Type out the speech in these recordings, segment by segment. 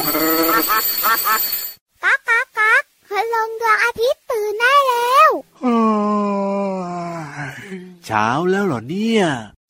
ก๊ากก๊ากก๊ากคืนลงดวงอาทิตย์ตื่นได้แล้วเช้าแล้วเหรอเนี่ย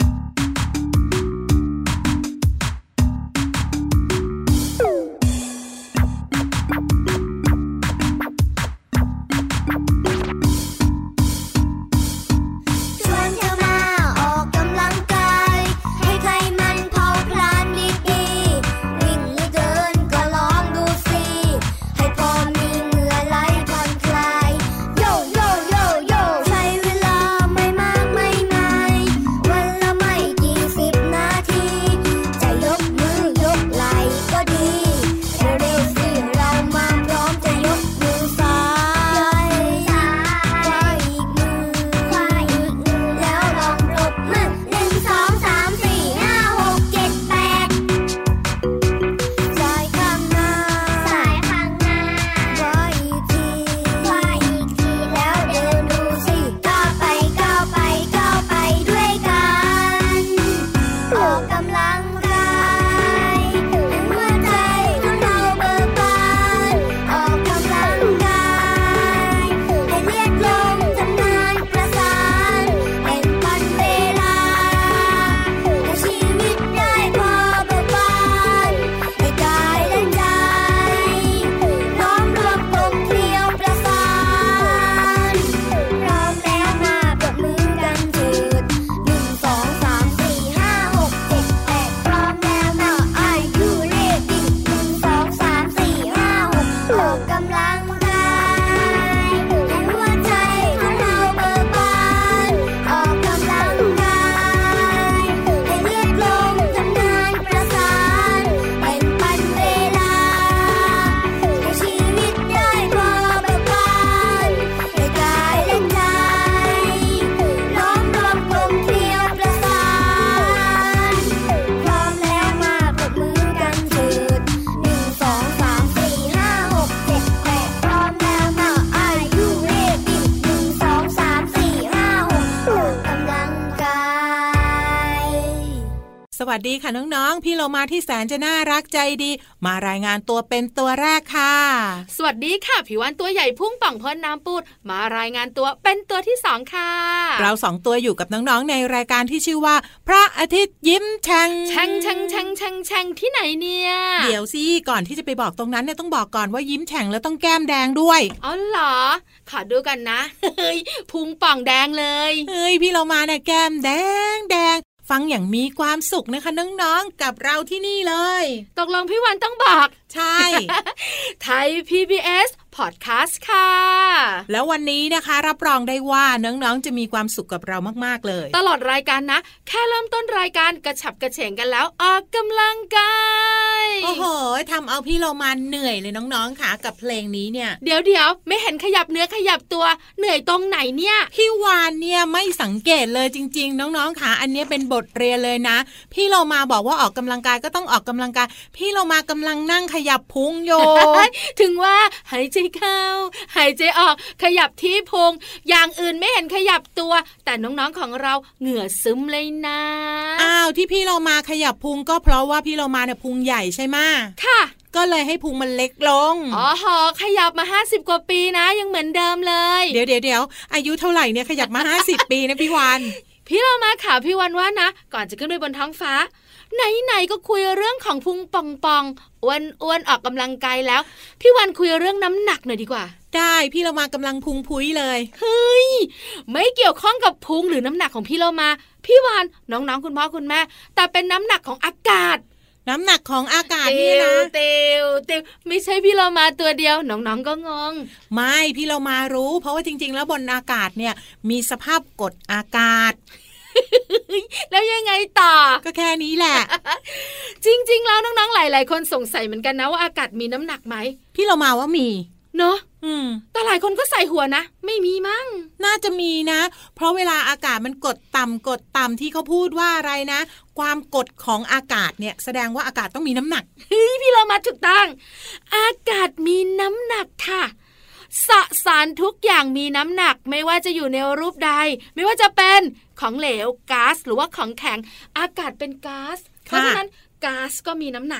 สวัสดีค่ะน้องๆพี่เรามาที่แสนจะน่ารักใจดีมารายงานตัวเป็นตัวแรกค่ะสวัสดีค่ะผิววันตัวใหญ่พุ่งป่องพ้นน้ำปูดมารายงานตัวเป็นตัวที่2ค่ะเรา2ตัวอยู่กับน้องๆในรายการที่ชื่อว่าพระอาทิตย์ยิ้มแฉ่งแฉ่งแฉ่งแฉ่งแฉ่งแฉ่งที่ไหนเนี่ยเดี๋ยวสิก่อนที่จะไปบอกตรงนั้นเนี่ยต้องบอกก่อนว่ายิ้มแฉ่งแล้วต้องแก้มแดงด้วยอ๋อเหรอขอดูกันนะเฮ้ยพุงป่องแดงเลยเฮ้ยพี่เรามาเนี่ยแก้มแดงแดงฟังอย่างมีความสุขนะคะน้องๆกับเราที่นี่เลยตกลงพี่วันต้องบอกใช่ไทย PBS Podcast ค่ะแล้ววันนี้นะคะรับรองได้ว่าน้องๆจะมีความสุขกับเรามากๆเลยตลอดรายการนะแค่เริ่มต้นรายการกระฉับกระเฉงกันแล้วออกกำลังกายโอ้โหทำเอาพี่เรามาเหนื่อยเลยน้องๆค่ะกับเพลงนี้เนี่ยเดี๋ยวไม่เห็นขยับเนื้อขยับตัวเหนื่อยตรงไหนเนี่ยพี่วานเนี่ยไม่สังเกตเลยจริงๆน้องๆค่ะอันนี้เป็นบทเรียนเลยนะพี่เรามาบอกว่าออกกำลังกายก็ต้องออกกำลังกายพี่เรามากำลังนั่งขยับพุงโยถึงว่าหายใจเข้าหายใจออกขยับที่พุงอย่างอื่นไม่เห็นขยับตัวแต่น้องๆของเราเหงื่อซึมเลยนะอ้าวที่พี่เรามาขยับพุงก็เพราะว่าพี่เรามาเนี่ยพุงใหญ่ใช่ไหมค่ะก็เลยให้พุงมันเล็กลงอ๋อหอขยับมา50กว่าปีนะยังเหมือนเดิมเลยเดี๋ยวอายุเท่าไหร่เนี่ยขยับมา50 ปีนะพี่วานพี่เรามาข่าวพี่วันว่านะก่อนจะขึ้นไปบนท้องฟ้าไหนๆก็คุยเรื่องของพุงป่องๆอ้วนๆออกกำลังกายแล้วพี่วันคุยเรื่องน้ำหนักหน่อยดีกว่าได้พี่เรามากำลังพุงพุ้ยเลยเฮ้ยไม่เกี่ยวข้องกับพุงหรือน้ำหนักของพี่เรามาพี่วันน้องๆคุณพ่อคุณแม่แต่เป็นน้ำหนักของอากาศน้ำหนักของอากาศนี่นะเตียวไม่ใช่พี่เรามาตัวเดียวน้องๆก็งงไม่พี่เรามารู้เพราะว่าจริงๆแล้วบนอากาศเนี่ยมีสภาพกดอากาศแล้วยังไงต่อก็แค่นี้แหละจริงๆแล้วน้องๆหลายๆคนสงสัยเหมือนกันนะว่าอากาศมีน้ำหนักไหมพี่เรามาว่ามีเนอะแต่หลายคนก็ใส่หัวนะไม่มีมั้งน่าจะมีนะเพราะเวลาอากาศมันกดต่ำที่เขาพูดว่าอะไรนะความกดของอากาศเนี่ยแสดงว่าอากาศต้องมีน้ำหนักพี่เรามาถูกต้องอากาศมีน้ำหนักค่ะสสารทุกอย่างมีน้ำหนักไม่ว่าจะอยู่ในรูปใดไม่ว่าจะเป็นของเหลวก๊าซหรือว่าของแข็งอากาศเป็นก๊าซเพราะฉะนั้นก๊าซก็มีน้ำหนัก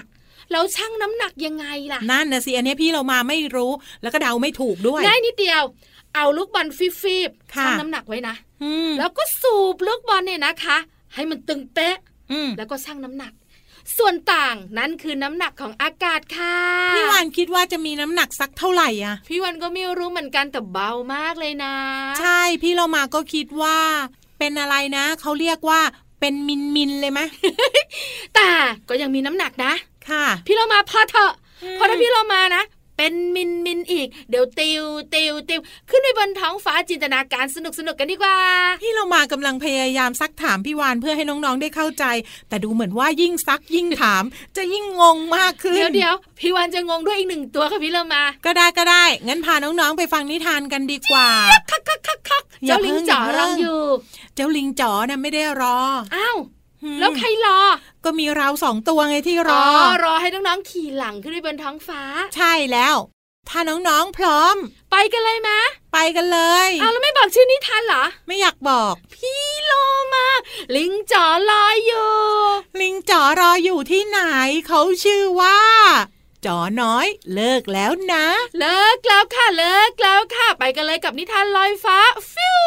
แล้วชั่งน้ำหนักยังไงล่ะนั่นนะสิอันนี้พี่เรามาไม่รู้แล้วก็เดาไม่ถูกด้วยง่ายนิดเดียวเอาลูกบอลฟีบๆชั่งน้ำหนักไว้นะแล้วก็สูบลูกบอลเนี่ยนะคะให้มันตึงเป๊ะแล้วก็ชั่งน้ำหนักส่วนต่างนั้นคือน้ำหนักของอากาศค่ะพี่วันคิดว่าจะมีน้ำหนักสักเท่าไหร่อะพี่วันก็ไม่รู้เหมือนกันแต่เบามากเลยนะใช่พี่เรามาก็คิดว่าเป็นอะไรนะเขาเรียกว่าเป็นมิลเลยไหมแต่ก็ยังมีน้ำหนักนะค่ะพี่เรามาพอเถอะพอถ้าพี่เรามานะเป็นมิลอีกเดี๋ยวติวขึ้นไปบนท้องฟ้าจินตนาการสนุกกันดีกว่าพี่เรามากำลังพยายามซักถามพี่วานเพื่อให้น้องๆได้เข้าใจแต่ดูเหมือนว่ายิ่งซักยิ่งถามจะยิ่งงงมากขึ้นเดี๋ยวพี่วานจะงงด้วยอีกหนึ่งตัวค่ะพี่เรามาก็ได้งั้นพาน้องๆไปฟังนิทานกันดีกว่าคักเจ้าลิงจ๋อรออยู่เจ้าลิงจ๋อน่ะไม่ได้รออ้าวแล้วใครรอก็มีเรา2ตัวไงที่รอให้น้องๆขี่หลังขึ้นไปบนท้องฟ้าใช่แล้วถ้าน้องๆพร้อมไปกันเลยมะไปกันเลยแล้วไม่บอกชื่อนิทานเหรอไม่อยากบอกพี่โลมาลิงจ๋อรออยู่ลิงจ๋อรออยู่ที่ไหนเขาชื่อว่าจ๋อน้อยเลิกแล้วนะเลิกแล้วค่ะไปกันเลยกับนิทานลอยฟ้าฟิว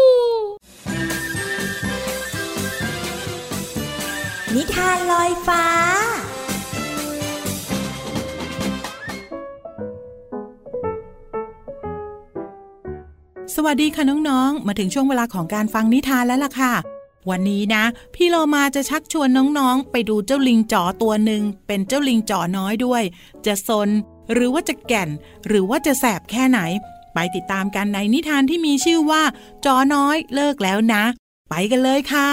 นิทานลอยฟ้าสวัสดีค่ะน้องๆมาถึงช่วงเวลาของการฟังนิทานแล้วล่ะค่ะวันนี้นะพี่โลมาจะชักชวนน้องๆไปดูเจ้าลิงจ๋อตัวหนึ่งเป็นเจ้าลิงจ๋อน้อยด้วยจะซนหรือว่าจะแก่นหรือว่าจะแสบแค่ไหนไปติดตามกันในนิทานที่มีชื่อว่าจ๋อน้อยเลิกแล้วนะไปกันเลยค่ะ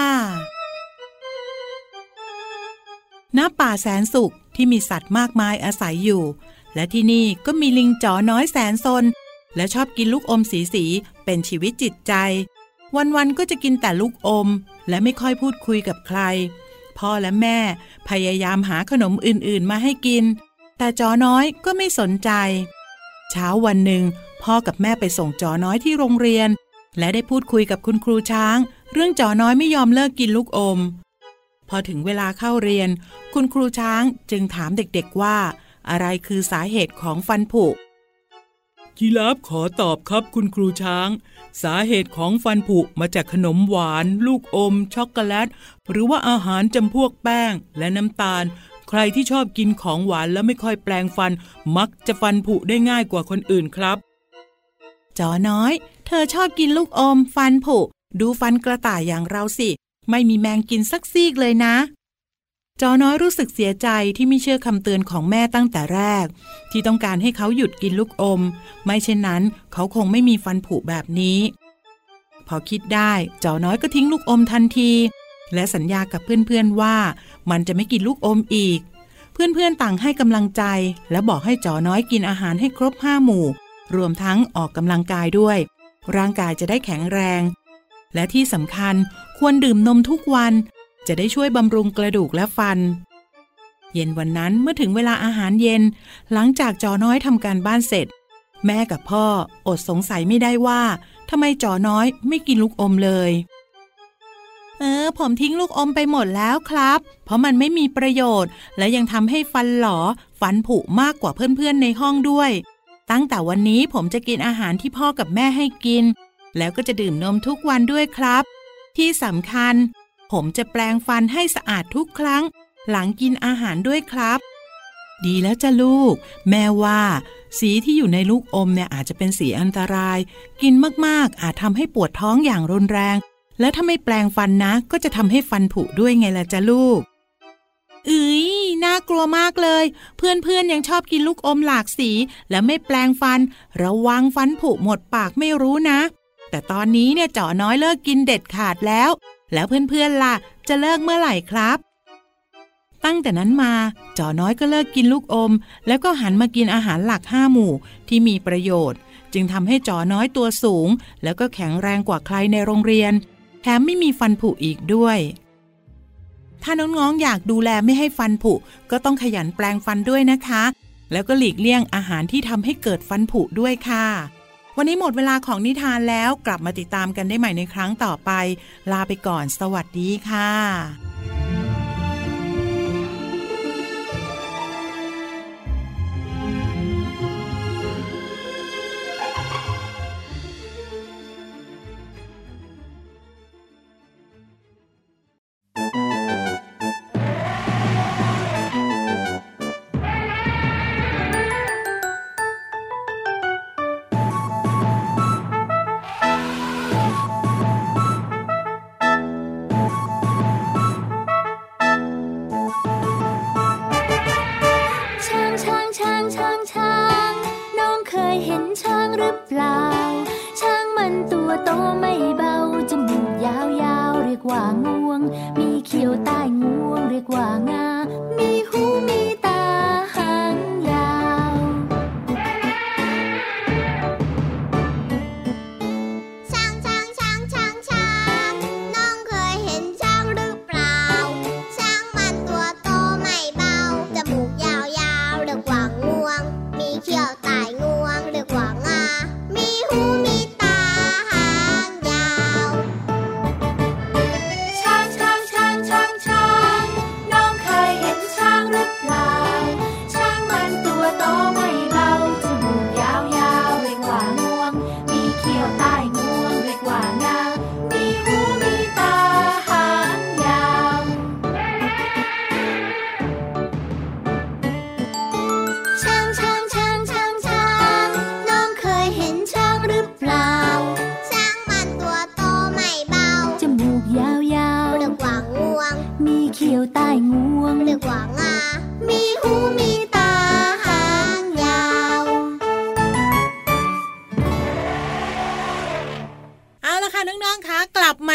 ณ ป่าแสนสุขที่มีสัตว์มากมายอาศัยอยู่และที่นี่ก็มีลิงจ๋อน้อยแสนซนและชอบกินลูกอมสีเป็นชีวิตจิตใจวันๆก็จะกินแต่ลูกอมและไม่ค่อยพูดคุยกับใครพ่อและแม่พยายามหาขนมอื่นๆมาให้กินแต่จ๋อน้อยก็ไม่สนใจเช้าวันหนึ่งพ่อกับแม่ไปส่งจ๋อน้อยที่โรงเรียนและได้พูดคุยกับคุณครูช้างเรื่องจ๋อน้อยไม่ยอมเลิกกินลูกอมพอถึงเวลาเข้าเรียนคุณครูช้างจึงถามเด็กๆว่าอะไรคือสาเหตุของฟันผุยีราฟขอตอบครับคุณครูช้างสาเหตุของฟันผุมาจากขนมหวานลูกอมช็อกโกแลตหรือว่าอาหารจำพวกแป้งและน้ำตาลใครที่ชอบกินของหวานแล้วไม่ค่อยแปรงฟันมักจะฟันผุได้ง่ายกว่าคนอื่นครับจ๋อน้อยเธอชอบกินลูกอมฟันผุดูฟันกระต่ายอย่างเราสิไม่มีแมงกินสักซีกเลยนะจ๋อน้อยรู้สึกเสียใจที่ไม่เชื่อคำเตือนของแม่ตั้งแต่แรกที่ต้องการให้เขาหยุดกินลูกอมไม่เช่นนั้นเขาคงไม่มีฟันผุแบบนี้พอคิดได้จ๋อน้อยก็ทิ้งลูกอมทันทีและสัญญากับเพื่อนๆว่ามันจะไม่กินลูกอมอีกเพื่อนๆต่างให้กำลังใจและบอกให้จ๋อน้อยกินอาหารให้ครบ5 หมู่รวมทั้งออกกำลังกายด้วยร่างกายจะได้แข็งแรงและที่สำคัญควรดื่มนมทุกวันจะได้ช่วยบำรุงกระดูกและฟันเย็นวันนั้นเมื่อถึงเวลาอาหารเย็นหลังจากจ๋อน้อยทำการบ้านเสร็จแม่กับพ่ออดสงสัยไม่ได้ว่าทำไมจ๋อน้อยไม่กินลูกอมเลยผมทิ้งลูกอมไปหมดแล้วครับเพราะมันไม่มีประโยชน์และยังทำให้ฟันหลอฟันผุมากกว่าเพื่อนๆในห้องด้วยตั้งแต่วันนี้ผมจะกินอาหารที่พ่อกับแม่ให้กินแล้วก็จะดื่มนมทุกวันด้วยครับที่สำคัญผมจะแปรงฟันให้สะอาดทุกครั้งหลังกินอาหารด้วยครับดีแล้วจ้ะลูกแม่ว่าสีที่อยู่ในลูกอมเนี่ยอาจจะเป็นสีอันตรายกินมากๆอาจทำให้ปวดท้องอย่างรุนแรงและถ้าไม่แปรงฟันนะก็จะทำให้ฟันผุด้วยไงล่ะจ้ะลูกน่ากลัวมากเลยเพื่อนๆยังชอบกินลูกอมหลากสีและไม่แปรงฟันระวังฟันผุหมดปากไม่รู้นะแต่ตอนนี้เนี่ยจ๋อน้อยเลิกกินเด็ดขาดแล้วเพื่อนๆล่ะจะเลิกเมื่อไหร่ครับตั้งแต่นั้นมาจ๋อน้อยก็เลิกกินลูกอมแล้วก็หันมากินอาหารหลัก5 หมู่ที่มีประโยชน์จึงทำให้จ๋อน้อยตัวสูงแล้วก็แข็งแรงกว่าใครในโรงเรียนแถมไม่มีฟันผุอีกด้วยถ้าน้องๆอยากดูแลไม่ให้ฟันผุก็ต้องขยันแปรงฟันด้วยนะคะแล้วก็หลีกเลี่ยงอาหารที่ทำให้เกิดฟันผุด้วยค่ะวันนี้หมดเวลาของนิทานแล้วกลับมาติดตามกันได้ใหม่ในครั้งต่อไปลาไปก่อนสวัสดีค่ะ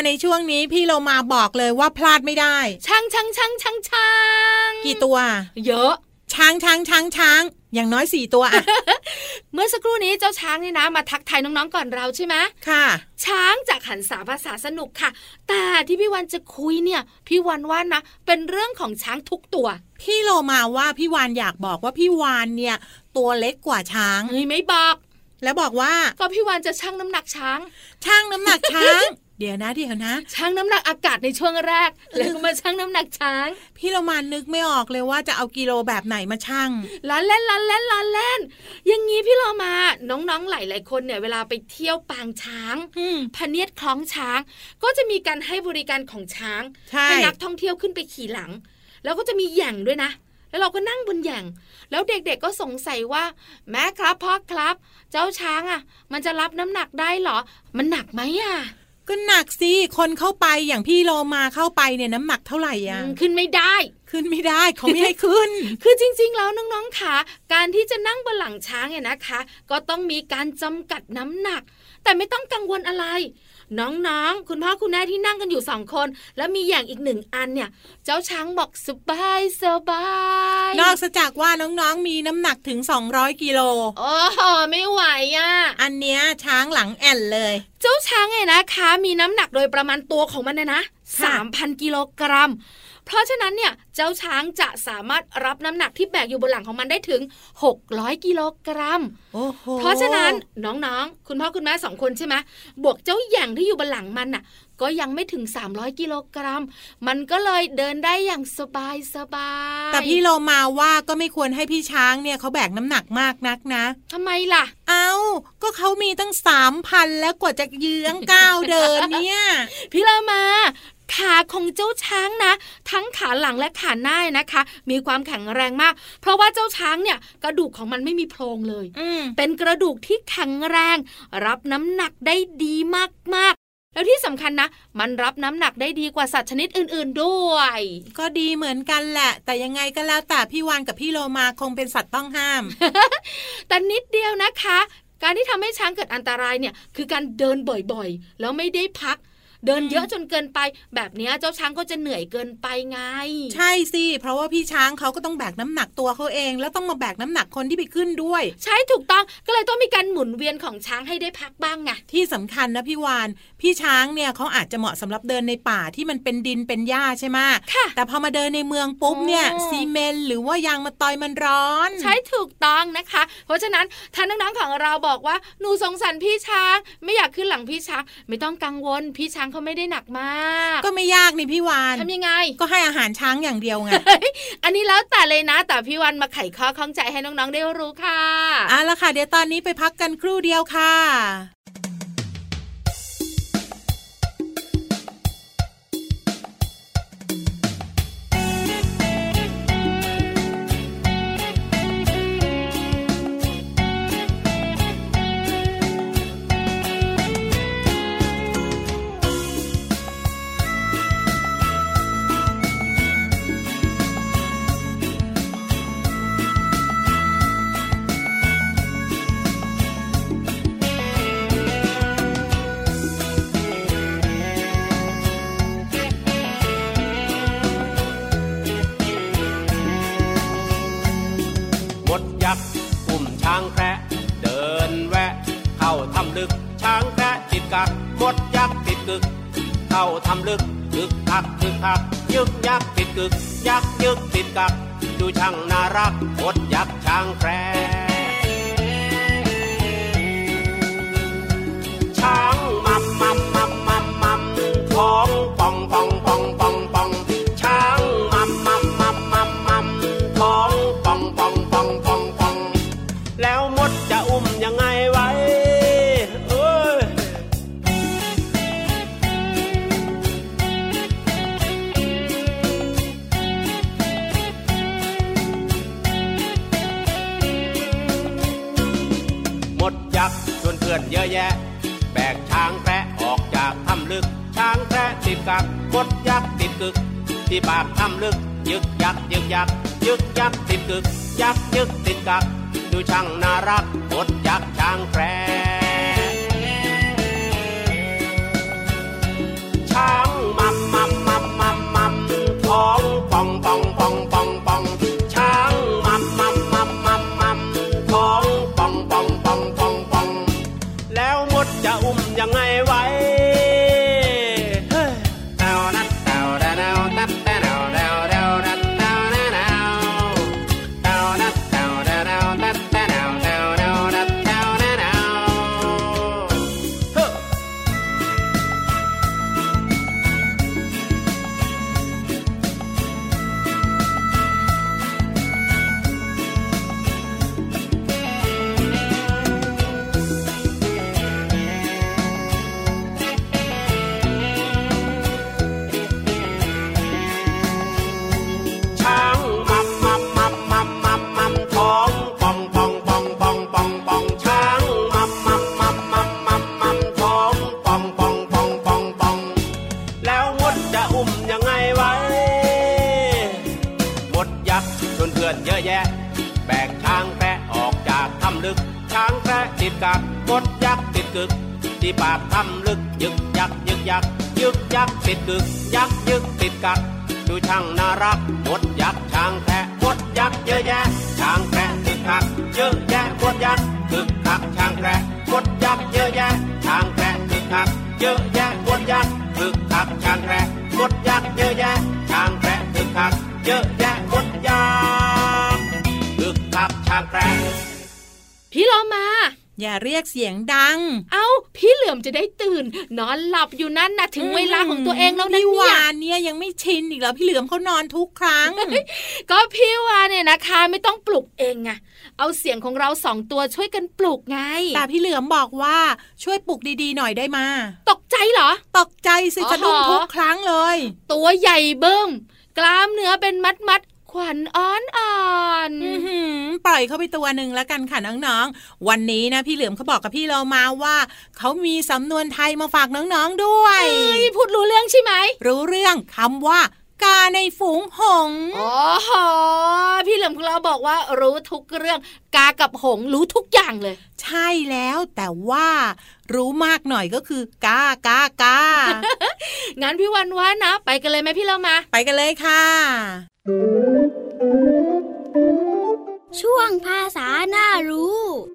ในช่วงนี้พี่โลมาบอกเลยว่าพลาดไม่ได้ช้างกี่ตัวเยอะช้างอย่างน้อย4ตัวอะเมื่อสักครู่นี้เจ้าช้างนี่นะมาทักทายน้องๆก่อนเราใช่ไหมค่ะช้างจากหันษาภาษาสนุกค่ะแต่ที่พี่วันจะคุยเนี่ยพี่วันว่านะเป็นเรื่องของช้างทุกตัวพี่โลมาว่าพี่วานอยากบอกว่าพี่วานเนี่ยตัวเล็กกว่าช้างไม่บอกแล้วบอกว่าก็พี่วานจะชั่งน้ำหนักช้างเดี๋ยวนะชั่งน้ำหนักอากาศในช่วงแรกแล้วก็มาชั่งน้ำหนักช้างพี่โลมานึกไม่ออกเลยว่าจะเอากิโลแบบไหนมาชั่งล้อเล่นอย่างงี้พี่โลมาน้องๆหลายๆคนเนี่ยเวลาไปเที่ยวปางช้างพเนียดคล้องช้างก็จะมีการให้บริการของช้างให้นักท่องเที่ยวขึ้นไปขี่หลังแล้วก็จะมีแหย่งด้วยนะแล้วเราก็นั่งบนแหย่งแล้วเด็กๆก็สงสัยว่าแม่ครับพ่อครับเจ้าช้างอ่ะมันจะรับน้ำหนักได้เหรอมันหนักไหมอ่ะก็หนักสิคนเข้าไปอย่างพี่โลมาเข้าไปเนี่ยน้ำหนักเท่าไหร่อ่ะขึ้นไม่ได้เขาไม่ให้ขึ้นคือจริงๆแล้วน้องๆค่ะการที่จะนั่งบนหลังช้างเนี่ยนะคะก็ต้องมีการจำกัดน้ำหนักแต่ไม่ต้องกังวลอะไรน้องๆคุณพ่อคุณแม่ที่นั่งกันอยู่2คนแล้วมีอย่างอีก1อันเนี่ยเจ้าช้างบอกสบายนอกจากว่าน้องๆมีน้ำหนักถึง200กิโลโอ้โหไม่ไหวอ่ะอันเนี้ยช้างหลังแอนเลยเจ้าช้างไงนะคะมีน้ำหนักโดยประมาณตัวของมันนะ 3,000 กิโลกรัมเพราะฉะนั้นเนี่ยเจ้าช้างจะสามารถรับน้ำหนักที่แบกอยู่บนหลังของมันได้ถึง600กิโลกรัมเพราะฉะนั้นน้องๆคุณพ่อคุณแม่2คนใช่ไหมบวกเจ้าแหย่งที่อยู่บนหลังมันน่ะก็ยังไม่ถึง300กิโลกรัมมันก็เลยเดินได้อย่างสบายแต่พี่โลมาว่าก็ไม่ควรให้พี่ช้างเนี่ยเขาแบกน้ำหนักมากนักนะทำไมล่ะก็เขามีตั้ง 3,000 แล้วกว่าจะยื้องก้าวเดินเนี่ยพี่โลมาขาของเจ้าช้างนะทั้งขาหลังและขาหน้านะคะมีความแข็งแรงมากเพราะว่าเจ้าช้างเนี่ยกระดูกของมันไม่มีโพรงเลยเป็นกระดูกที่แข็งแรงรับน้ำหนักได้ดีมากๆแล้วที่สำคัญนะมันรับน้ำหนักได้ดีกว่าสัตว์ชนิดอื่นๆด้วยก็ดีเหมือนกันแหละแต่ยังไงก็แล้วแต่พี่วานกับพี่โลมาคงเป็นสัตว์ต้องห้ามแต่นิดเดียวนะคะการที่ทำให้ช้างเกิดอันตรายเนี่ยคือการเดินบ่อยๆแล้วไม่ได้พักเดินเยอะจนเกินไปแบบนี้เจ้าช้างก็จะเหนื่อยเกินไปไงใช่สิเพราะว่าพี่ช้างเขาก็ต้องแบกน้ำหนักตัวเขาเองแล้วต้องมาแบกน้ำหนักคนที่ไปขึ้นด้วยใช่ถูกต้องก็เลยต้องมีการหมุนเวียนของช้างให้ได้พักบ้างไงที่สำคัญนะพี่วานพี่ช้างเนี่ยเขาอาจจะเหมาะสำหรับเดินในป่าที่มันเป็นดินเป็นหญ้าใช่ไหมแต่พอมาเดินในเมืองปุ๊บเนี่ยซีเมนต์หรือว่ายางมะตอยมันร้อนใช่ถูกต้องนะคะเพราะฉะนั้นถ้าน้องๆของเราบอกว่าหนูสงสารพี่ช้างไม่อยากขึ้นหลังพี่ช้างไม่ต้องกังวลพี่ช้างเขาไม่ได้หนักมากก็ไม่ยากนี่พี่วานทำยังไงก็ให้อาหารช้างอย่างเดียวไงอันนี้แล้วแต่เลยนะแต่พี่วานมาไขข้อข้องใจให้น้องๆได้รู้ค่ะละค่ะเดี๋ยวตอนนี้ไปพักกันครู่เดียวค่ะเข้าทำลึกคึกคักยึกยักติดกึกยักยึกติดกักดูช่างน่ารักมดยักช้างแคระช้างมัมมัมมัมมัมมัมท้องป่องป่องป่องป่องป่องช้างมัมมัมมัมมัมมัมท้องป่องป่องป่องป่องป่องแล้วมดจะอุ้มยังไงไว้เยอะแยะแบกช้างแคระออกจากถ้ำลึกช้างแคระติดกักมดยักษ์ติดกึกที่ปากถ้ำลึกยึกยักยึกยักยึกยักติดกึกยักยึกติดกักดูช่างน่ารักมดยักษ์ช้างแคระช้าแบกช้างแพะออกจากถ้ำลึกช้างแพะติดกักมดยักษ์ติดกึกที่ปากถ้ำลึกยึกยักยึกยักยึกยักติดกึกยักยึกติดกักดูช่างน่ารักมดยักษ์ช้างแพะมดยักษ์เยอะแยะช้างแพะติดกักเยอะแยะมดยักษ์คึกคักช้างแพะมดยักษ์เยอะแยะช้างแพะคึกคักเยอะแยะมดยักษ์คึกคักช้างแพะมดยักษ์เยอะแยะช้างแพะคึกคักเยอะแยะมดยักษ์คึกคักช้างแพะพี่โลมาอย่าเรียกเสียงดังพี่เหลือมจะได้ตื่นนอนหลับอยู่นั่นนะถึงเวลาของตัวเองแล้วนะเนี่ยพี่วานเนี่ยยังไม่ชินอีกแล้วพี่เหลือมเขานอนทุกครั้งก็พี่วานเนี่ยนะคะไม่ต้องปลุกเองไงเอาเสียงของเรา2ตัวช่วยกันปลุกไงแต่พี่เหลือมบอกว่าช่วยปลุกดีๆหน่อยได้มาตกใจเหรอตกใจสิสะดุ้งทุกครั้งเลยตัวใหญ่เบิ้มกล้ามเนื้อเป็นมัดขวัญอ่อนปล่อยเข้าไปตัวหนึ่งแล้วกันค่ะน้องๆวันนี้นะพี่เหลือมเขาบอกกับพี่เรามาว่าเขามีสำนวนไทยมาฝากน้องๆด้วยพูดรู้เรื่องใช่ไหมรู้เรื่องคำว่ากาในฝูงหงส์อ๋อพี่เหลือมของเราบอกว่ารู้ทุกเรื่องกากับหงส์รู้ทุกอย่างเลยใช่แล้วแต่ว่ารู้มากหน่อยก็คือกางั้นพี่วันว่านะไปกันเลยไหมพี่เรามาไปกันเลยค่ะช่วงภาษาน่ารู้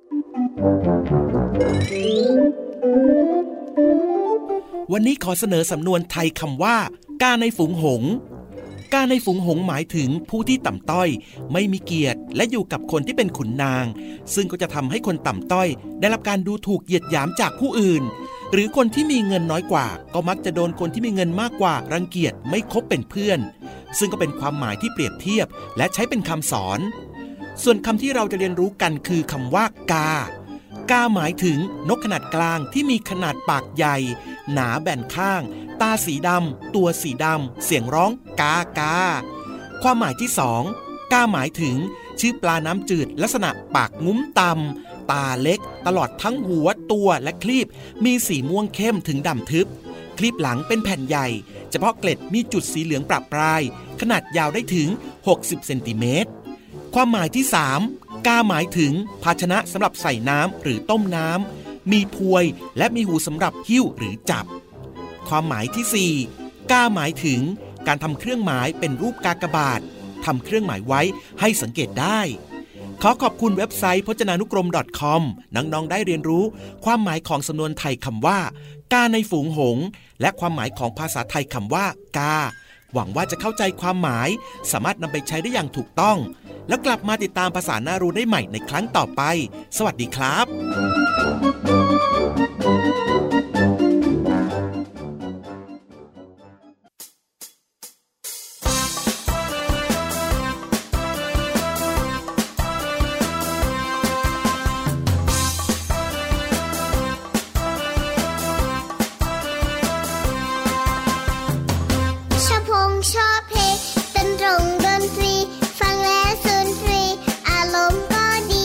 วันนี้ขอเสนอสำนวนไทยคำว่ากาในฝูงหงส์กาในฝูงหงส์หมายถึงผู้ที่ต่ำต้อยไม่มีเกียรติและอยู่กับคนที่เป็นขุนนางซึ่งก็จะทำให้คนต่ำต้อยได้รับการดูถูกเหยียดหยามจากผู้อื่นหรือคนที่มีเงินน้อยกว่าก็มักจะโดนคนที่มีเงินมากกว่ารังเกียจไม่คบเป็นเพื่อนซึ่งก็เป็นความหมายที่เปรียบเทียบและใช้เป็นคำสอนส่วนคำที่เราจะเรียนรู้กันคือคำว่ากาหมายถึงนกขนาดกลางที่มีขนาดปากใหญ่หนาแบนข้างตาสีดำตัวสีดำเสียงร้องกาความหมายที่2กาหมายถึงชื่อปลาน้ำจืดลักษณะปากงุ้มต่ำตาเล็กตลอดทั้งหัวตัวและคลีบมีสีม่วงเข้มถึงดำทึบคลีบหลังเป็นแผ่นใหญ่เฉพาะเกล็ดมีจุดสีเหลืองประปรายขนาดยาวได้ถึง60เซนติเมตรความหมายที่3กาหมายถึงภาชนะสำหรับใส่น้ำหรือต้มน้ำมีพวยและมีหูสำหรับหิ้วหรือจับความหมายที่4กาหมายถึงการทำเครื่องหมายเป็นรูปกากบาททำเครื่องหมายไว้ให้สังเกตได้ขอขอบคุณเว็บไซต์พจนานุกรม .com น้องๆได้เรียนรู้ความหมายของสำนวนไทยคำว่ากาในฝูงหงส์และความหมายของภาษาไทยคำว่ากาหวังว่าจะเข้าใจความหมายสามารถนำไปใช้ได้อย่างถูกต้องแล้วกลับมาติดตามภาษาน่ารู้ได้ใหม่ในครั้งต่อไปสวัสดีครับชอบเพลงดนตรีฟังแล้วสุนทรีอารมณ์ก็ดี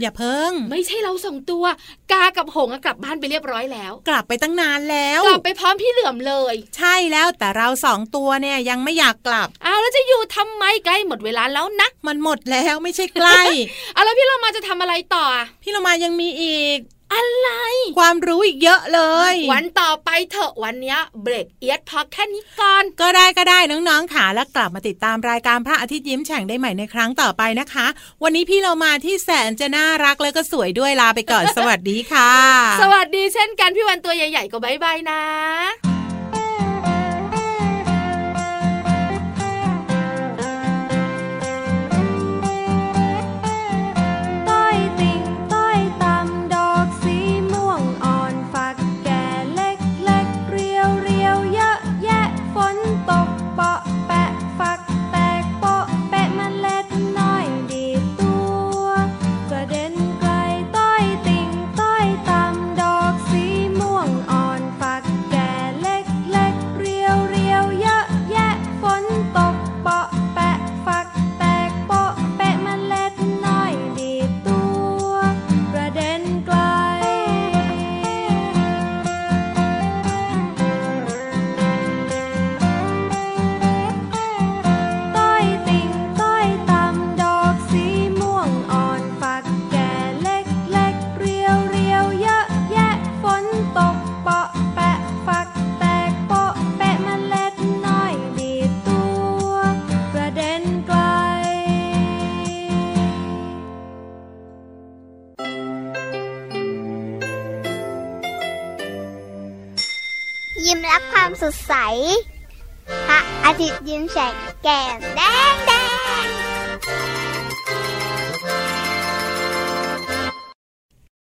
อย่าเพิ่งไม่ใช่เรา2ตัวกากับหงส์กลับบ้านไปเรียบร้อยแล้วกลับไปตั้งนานแล้วกลับไปพร้อมพี่เหลือมเลยใช่แล้วแต่เรา2ตัวเนี่ยยังไม่อยากกลับแล้วจะอยู่ทำไมใกล้หมดเวลาแล้วนะมันหมดแล้วไม่ใช่ใกล้แล้วพี่เรามาจะทำอะไรต่อพี่เรามายังมีอีกอะไรความรู้อีกเยอะเลยวันต่อไปเถอะวันนี้เบรกเอียดพอแค่นี้ก่อนก็ได้น้องๆค่ะแล้วกลับมาติดตามรายการพระอาทิตย์ยิ้มแฉ่งได้ใหม่ในครั้งต่อไปนะคะวันนี้พี่เรามาที่แสนจะน่ารักแล้วก็สวยด้วยลาไปก่อน สวัสดีค่ะสวัสดีเช่นกันพี่วันตัวใหญ่ๆก็บ๊ายบายนะยิ้มรับความสดใสพระอาทิตย์ยิ้มแฉกแก้มแดง